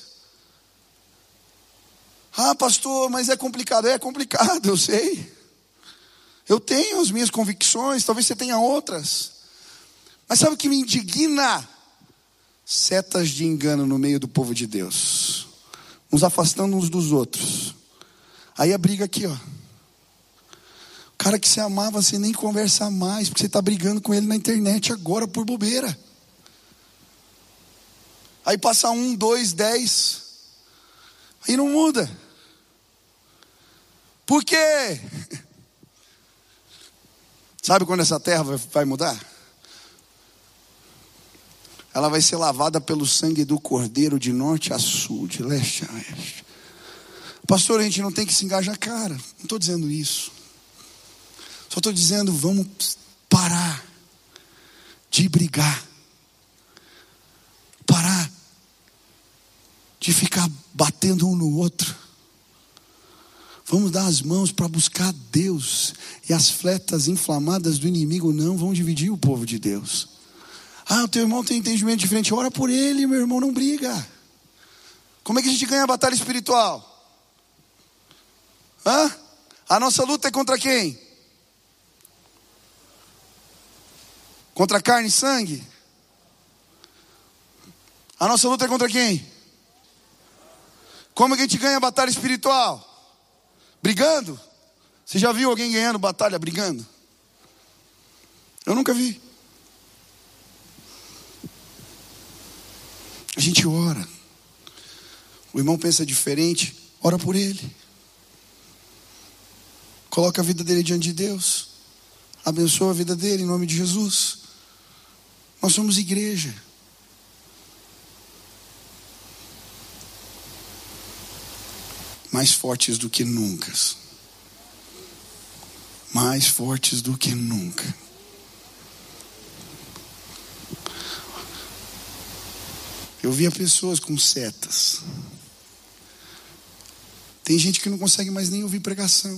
Ah, pastor, mas é complicado. É complicado, eu sei. Eu tenho as minhas convicções, talvez você tenha outras. Mas sabe o que me indigna? Setas de engano no meio do povo de Deus, nos afastando uns dos outros. Aí a briga aqui, ó. O cara que você amava, você nem conversa mais, porque você está brigando com ele na internet agora por bobeira. Aí passa um, dois, dez, aí não muda. Por quê? Sabe quando essa terra vai mudar? Ela vai ser lavada pelo sangue do Cordeiro de norte a sul, de leste a oeste. Pastor, a gente não tem que se engajar, cara. Não estou dizendo isso. Só estou dizendo, vamos parar de brigar. Parar de ficar batendo um no outro. Vamos dar as mãos para buscar Deus. E as flechas inflamadas do inimigo não vão dividir o povo de Deus. Ah, o teu irmão tem entendimento diferente. Ora por ele, meu irmão, não briga. Como é que a gente ganha a batalha espiritual? Hã? A nossa luta é contra quem? Contra carne e sangue? A nossa luta é contra quem? Como é que a gente ganha a batalha espiritual? Brigando? Você já viu alguém ganhando batalha brigando? Eu nunca vi. A gente ora. O irmão pensa diferente, ora por ele. Coloca a vida dele diante de Deus. Abençoa a vida dele em nome de Jesus. Nós somos igreja. Mais fortes do que nunca. Mais fortes do que nunca. Eu via pessoas com setas. Tem gente que não consegue mais nem ouvir pregação.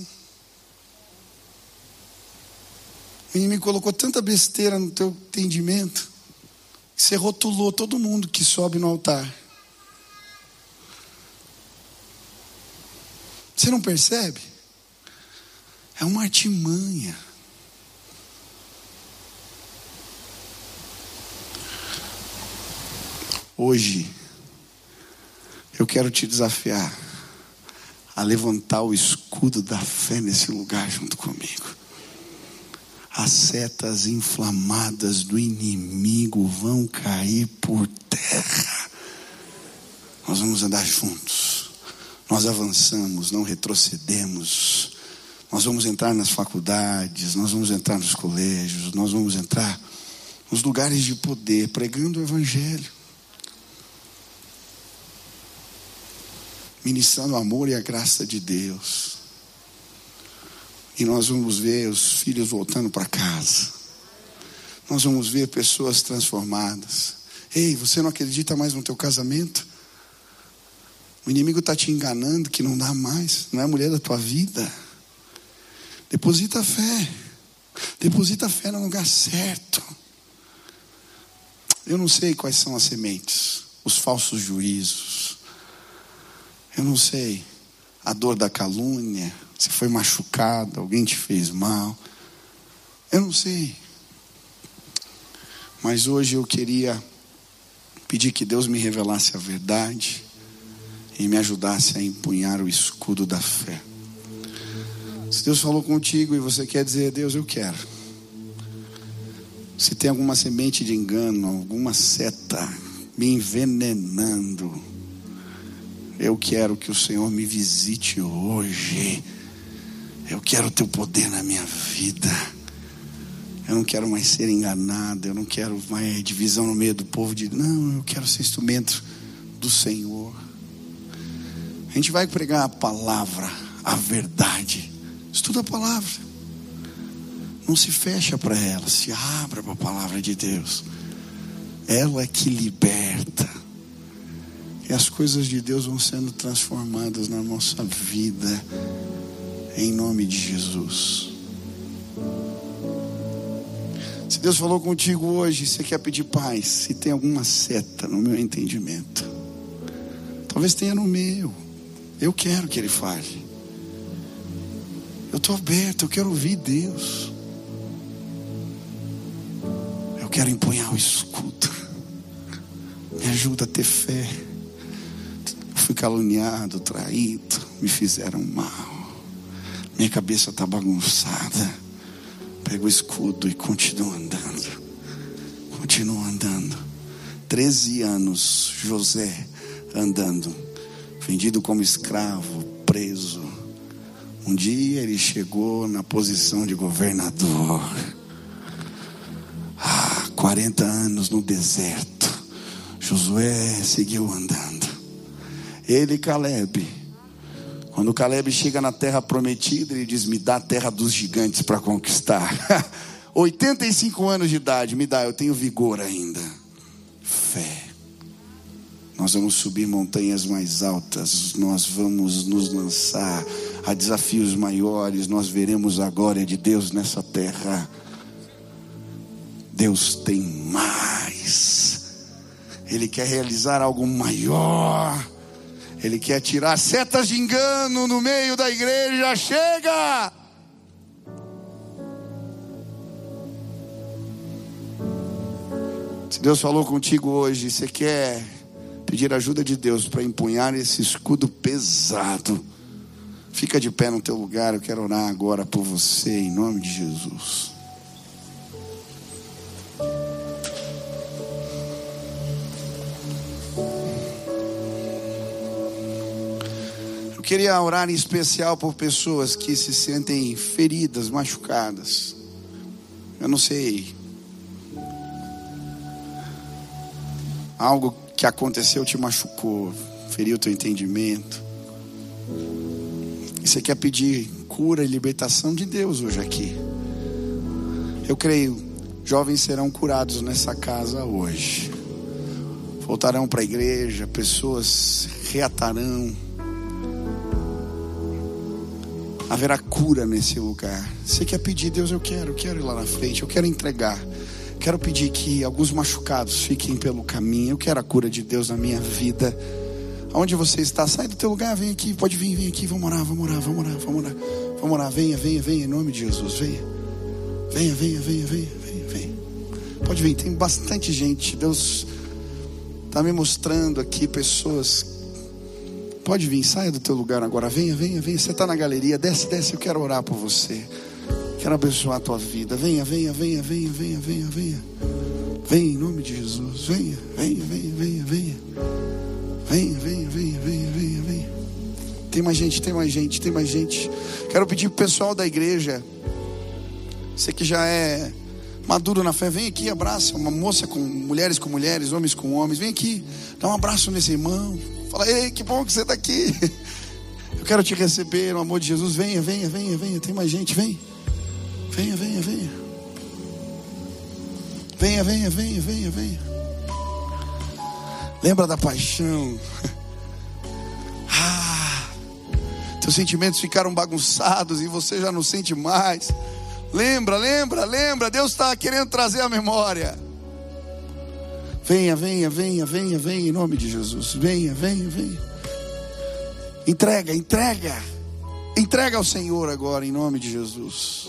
O inimigo colocou tanta besteira no teu entendimento que você rotulou todo mundo que sobe no altar. Você não percebe? É uma artimanha. Hoje, Eu quero te desafiar a levantar o escudo da fé nesse lugar junto comigo. As setas inflamadas do inimigo vão cair por terra. Nós vamos andar juntos. Nós avançamos, não retrocedemos. Nós vamos entrar nas faculdades, nós vamos entrar nos colégios, nós vamos entrar nos lugares de poder, pregando o evangelho, ministrando o amor e a graça de Deus. E nós vamos ver os filhos voltando para casa. Nós vamos ver pessoas transformadas. Ei, você não acredita mais no teu casamento? O inimigo está te enganando que não dá mais. Não é a mulher da tua vida. Deposita fé. Deposita fé no lugar certo. Eu não sei quais são as sementes, os falsos juízos. Eu não sei a dor da calúnia, se foi machucado, alguém te fez mal. Eu não sei. Mas hoje eu queria pedir que Deus me revelasse a verdade e me ajudasse a empunhar o escudo da fé. Se Deus falou contigo e você quer dizer: Deus, eu quero. Se tem alguma semente de engano, alguma seta me envenenando, eu quero que o Senhor me visite hoje. Eu quero o teu poder na minha vida. Eu não quero mais ser enganado. Eu não quero mais divisão no meio do povo. De não, eu quero ser instrumento do Senhor. A gente vai pregar a palavra, a verdade. Estuda a palavra. Não se fecha para ela, se abra para a palavra de Deus. Ela é que liberta. E as coisas de Deus vão sendo transformadas na nossa vida, em nome de Jesus. Se Deus falou contigo hoje, você quer pedir paz, se tem alguma seta no meu entendimento, talvez tenha no meu, eu quero que Ele fale. Eu estou aberto, eu quero ouvir Deus. Eu quero empunhar o escudo. Me ajuda a ter fé. Fui caluniado, traído, me fizeram mal, minha cabeça está bagunçada. Pega o escudo e continua andando. Continua andando. Treze anos José andando, vendido como escravo, preso. Um dia ele chegou na posição de governador. Ah, quarenta anos no deserto. Josué seguiu andando. Ele e Caleb. Quando Caleb chega na terra prometida, ele diz: me dá a terra dos gigantes para conquistar. oitenta e cinco anos de idade, me dá, eu tenho vigor ainda. Fé. Nós vamos subir montanhas mais altas. Nós vamos nos lançar a desafios maiores. Nós veremos a glória de Deus nessa terra. Deus tem mais. Ele quer realizar algo maior. Ele quer tirar setas de engano no meio da igreja. Chega! Se Deus falou contigo hoje, você quer pedir ajuda de Deus para empunhar esse escudo pesado, fica de pé no teu lugar. Eu quero orar agora por você, em nome de Jesus. Eu queria orar em especial por pessoas que se sentem feridas, machucadas. Eu não sei, algo que aconteceu te machucou, feriu teu entendimento, e você quer pedir cura e libertação de Deus hoje aqui. Eu creio, jovens serão curados nessa casa hoje, voltarão para a igreja, pessoas reatarão, haverá cura nesse lugar. Você quer pedir: Deus, eu quero, eu quero ir lá na frente, eu quero entregar. Quero pedir que alguns machucados fiquem pelo caminho. Eu quero a cura de Deus na minha vida. Aonde você está, sai do teu lugar, vem aqui, pode vir, vem aqui, vamos orar, vamos orar, vamos orar, vamos orar, vamos orar, venha, venha, venha, em nome de Jesus, venha, venha, venha, venha, venha, venha, venha. Pode vir, tem bastante gente. Deus está me mostrando aqui pessoas Pode vir, saia do teu lugar agora. Venha, venha, venha. Você está na galeria, desce, desce. Eu quero orar por você. Quero abençoar a tua vida. Venha, venha, venha, venha, venha, venha, venha. Venha em nome de Jesus. Venha, venha, venha, venha, venha. Venha, venha, venha, venha, venha, venha. Tem mais gente, tem mais gente, tem mais gente. Quero pedir pro pessoal da igreja, você que já é maduro na fé, vem aqui, abraça uma moça com mulheres com mulheres, homens com homens. Vem aqui, dá um abraço nesse irmão. Fala, ei, que bom que você está aqui. Eu quero te receber no amor de Jesus. Venha, venha, venha, venha. Tem mais gente, vem. Venha, venha, venha. Venha, venha, venha, venha, venha. Lembra da paixão. Ah, teus sentimentos ficaram bagunçados e você já não sente mais. Lembra, lembra, lembra. Deus está querendo trazer a memória. Venha, venha, venha, venha, venha, em nome de Jesus. Venha, venha, venha. Entrega, entrega. Entrega ao Senhor agora, em nome de Jesus.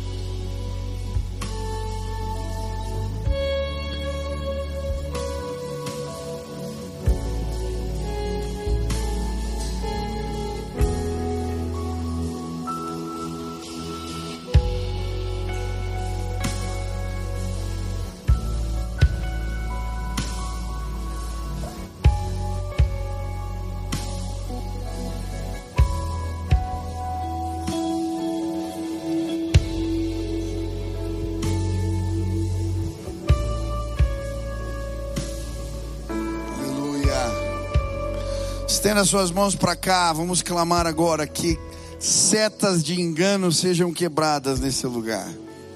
Estenda as suas mãos para cá. Vamos clamar agora que setas de engano sejam quebradas nesse lugar.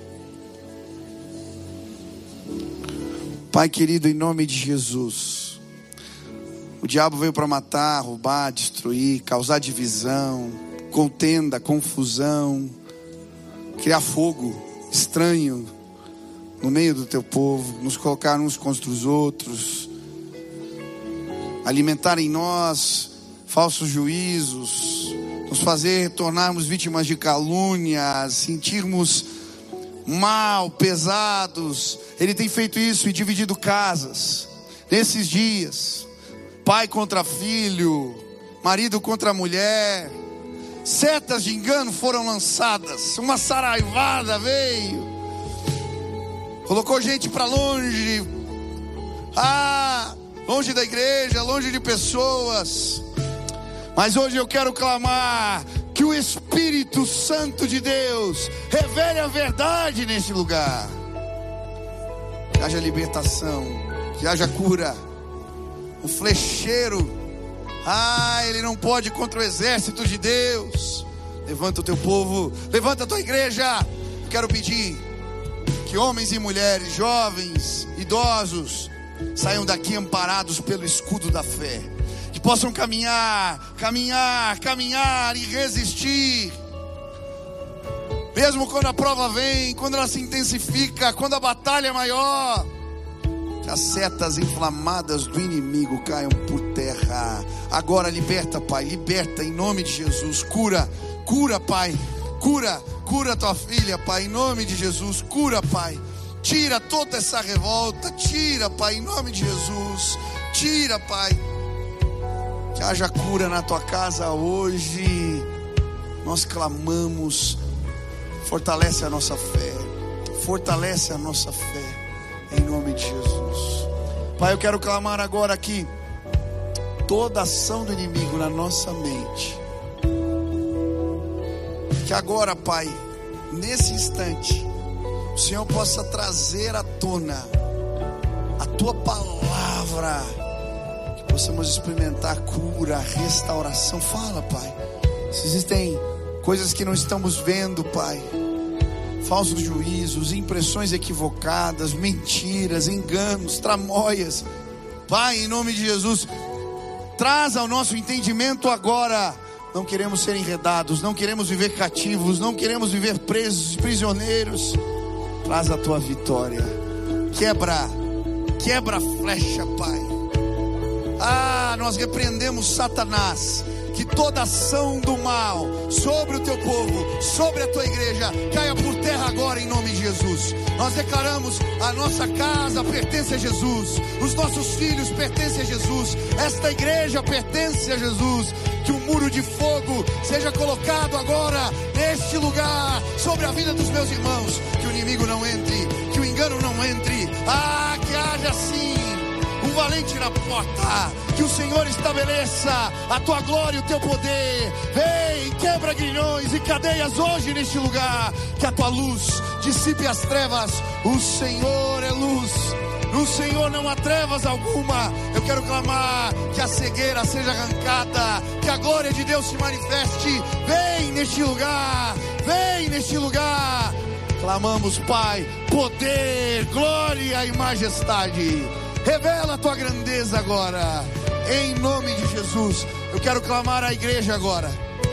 Pai querido, em nome de Jesus, o diabo veio para matar, roubar, destruir, causar divisão, contenda, confusão, criar fogo estranho no meio do teu povo, nos colocar uns contra os outros, alimentar em nós falsos juízos, nos fazer tornarmos vítimas de calúnias, sentirmos mal, pesados. Ele tem feito isso e dividido casas nesses dias, pai contra filho, marido contra mulher. Setas de engano foram lançadas, uma saraivada veio, colocou gente para longe, ah, longe da igreja, longe de pessoas. Mas hoje eu quero clamar que o Espírito Santo de Deus revele a verdade nesse lugar. Que haja libertação, que haja cura. O flecheiro, ah, ele não pode contra o exército de Deus. Levanta o teu povo, levanta a tua igreja. Eu quero pedir que homens e mulheres, jovens, idosos, saiam daqui amparados pelo escudo da fé, que possam caminhar, caminhar, caminhar e resistir, mesmo quando a prova vem, quando ela se intensifica, quando a batalha é maior. Que as setas inflamadas do inimigo caiam por terra. Agora liberta, Pai, liberta em nome de Jesus. Cura, cura, Pai, cura, cura tua filha, Pai, em nome de Jesus. Cura, Pai. Tira toda essa revolta, tira, Pai, em nome de Jesus. Tira, Pai. Que haja cura na tua casa hoje. Nós clamamos. Fortalece a nossa fé. Fortalece a nossa fé. Em nome de Jesus. Pai, eu quero clamar agora aqui. Toda ação do inimigo na nossa mente. Que agora, Pai, nesse instante, o Senhor possa trazer à tona a tua palavra, que possamos experimentar cura, restauração. Fala, Pai, se existem coisas que não estamos vendo, Pai, falsos juízos, impressões equivocadas, mentiras, enganos, tramóias, Pai, em nome de Jesus, traz ao nosso entendimento agora. Não queremos ser enredados, não queremos viver cativos, não queremos viver presos, prisioneiros. Traz a tua vitória. Quebra, quebra a flecha, Pai. Ah, nós repreendemos Satanás, que toda ação do mal sobre o teu povo, sobre a tua igreja, caia por terra agora em nome de Jesus. Nós declaramos: a nossa casa pertence a Jesus, os nossos filhos pertencem a Jesus, esta igreja pertence a Jesus. Que um muro de fogo seja colocado agora neste lugar sobre a vida dos meus irmãos, que o inimigo não entre, que o engano não entre. Ah, que haja sim um valente na porta, que o Senhor estabeleça a tua glória e o teu poder. Vem, quebra grilhões e cadeias hoje neste lugar, que a tua luz dissipe as trevas. O Senhor é luz, no Senhor não há trevas alguma. Eu quero clamar que a cegueira seja arrancada, que a glória de Deus se manifeste. Vem neste lugar, vem neste lugar. Clamamos, Pai, poder, glória e majestade. Revela a tua grandeza agora, em nome de Jesus. Eu quero clamar à igreja agora.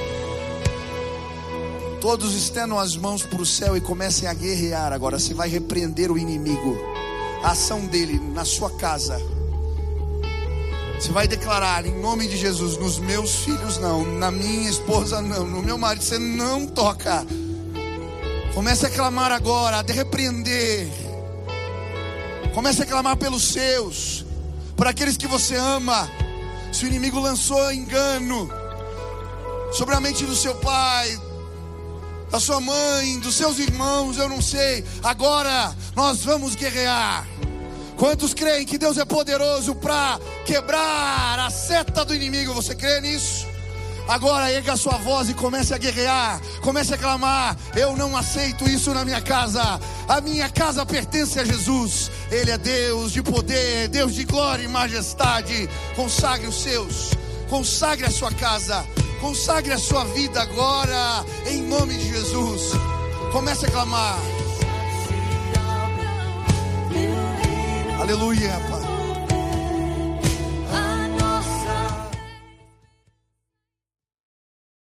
Todos estendam as mãos para o céu e comecem a guerrear agora. Você vai repreender o inimigo, a ação dele na sua casa. Você vai declarar em nome de Jesus: nos meus filhos não, na minha esposa não, no meu marido você não toca. Comece a clamar agora, a repreender. Comece a clamar pelos seus, por aqueles que você ama. Se o inimigo lançou engano sobre a mente do seu pai, da sua mãe, dos seus irmãos, eu não sei, agora nós vamos guerrear. Quantos creem que Deus é poderoso para quebrar a seta do inimigo? Você crê nisso? Agora erga a sua voz e comece a guerrear, comece a clamar: eu não aceito isso na minha casa, a minha casa pertence a Jesus. Ele é Deus de poder, Deus de glória e majestade. Consagre os seus, consagre a sua casa, consagre a sua vida agora, em nome de Jesus. Comece a clamar. Aleluia, Pai.